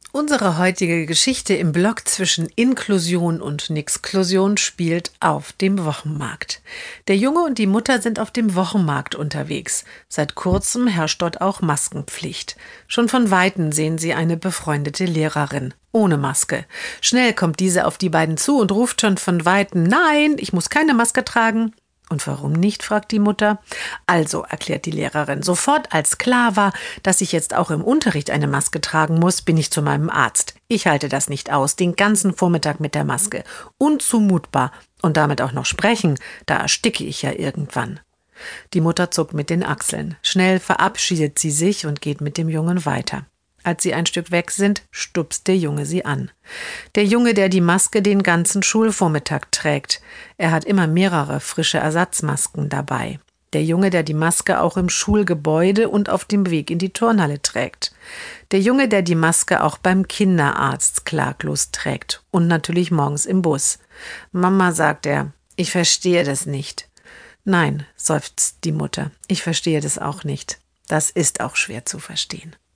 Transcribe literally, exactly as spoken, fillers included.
Unsere heutige Geschichte im Block zwischen Inklusion und Nixklusion spielt auf dem Wochenmarkt. Der Junge und die Mutter sind auf dem Wochenmarkt unterwegs. Seit kurzem herrscht dort auch Maskenpflicht. Schon von Weitem sehen sie eine befreundete Lehrerin ohne Maske. Schnell kommt diese auf die beiden zu und ruft schon von Weitem: Nein, ich muss keine Maske tragen. Und warum nicht, fragt die Mutter. Also, erklärt die Lehrerin, sofort als klar war, dass ich jetzt auch im Unterricht eine Maske tragen muss, bin ich zu meinem Arzt. Ich halte das nicht aus, den ganzen Vormittag mit der Maske. Unzumutbar. Und damit auch noch sprechen, da ersticke ich ja irgendwann. Die Mutter zuckt mit den Achseln. Schnell verabschiedet sie sich und geht mit dem Jungen weiter. Als sie ein Stück weg sind, stupst der Junge sie an. Der Junge, der die Maske den ganzen Schulvormittag trägt. Er hat immer mehrere frische Ersatzmasken dabei. Der Junge, der die Maske auch im Schulgebäude und auf dem Weg in die Turnhalle trägt. Der Junge, der die Maske auch beim Kinderarzt klaglos trägt. Und natürlich morgens im Bus. Mama, sagt er, ich verstehe das nicht. Nein, seufzt die Mutter, ich verstehe das auch nicht. Das ist auch schwer zu verstehen.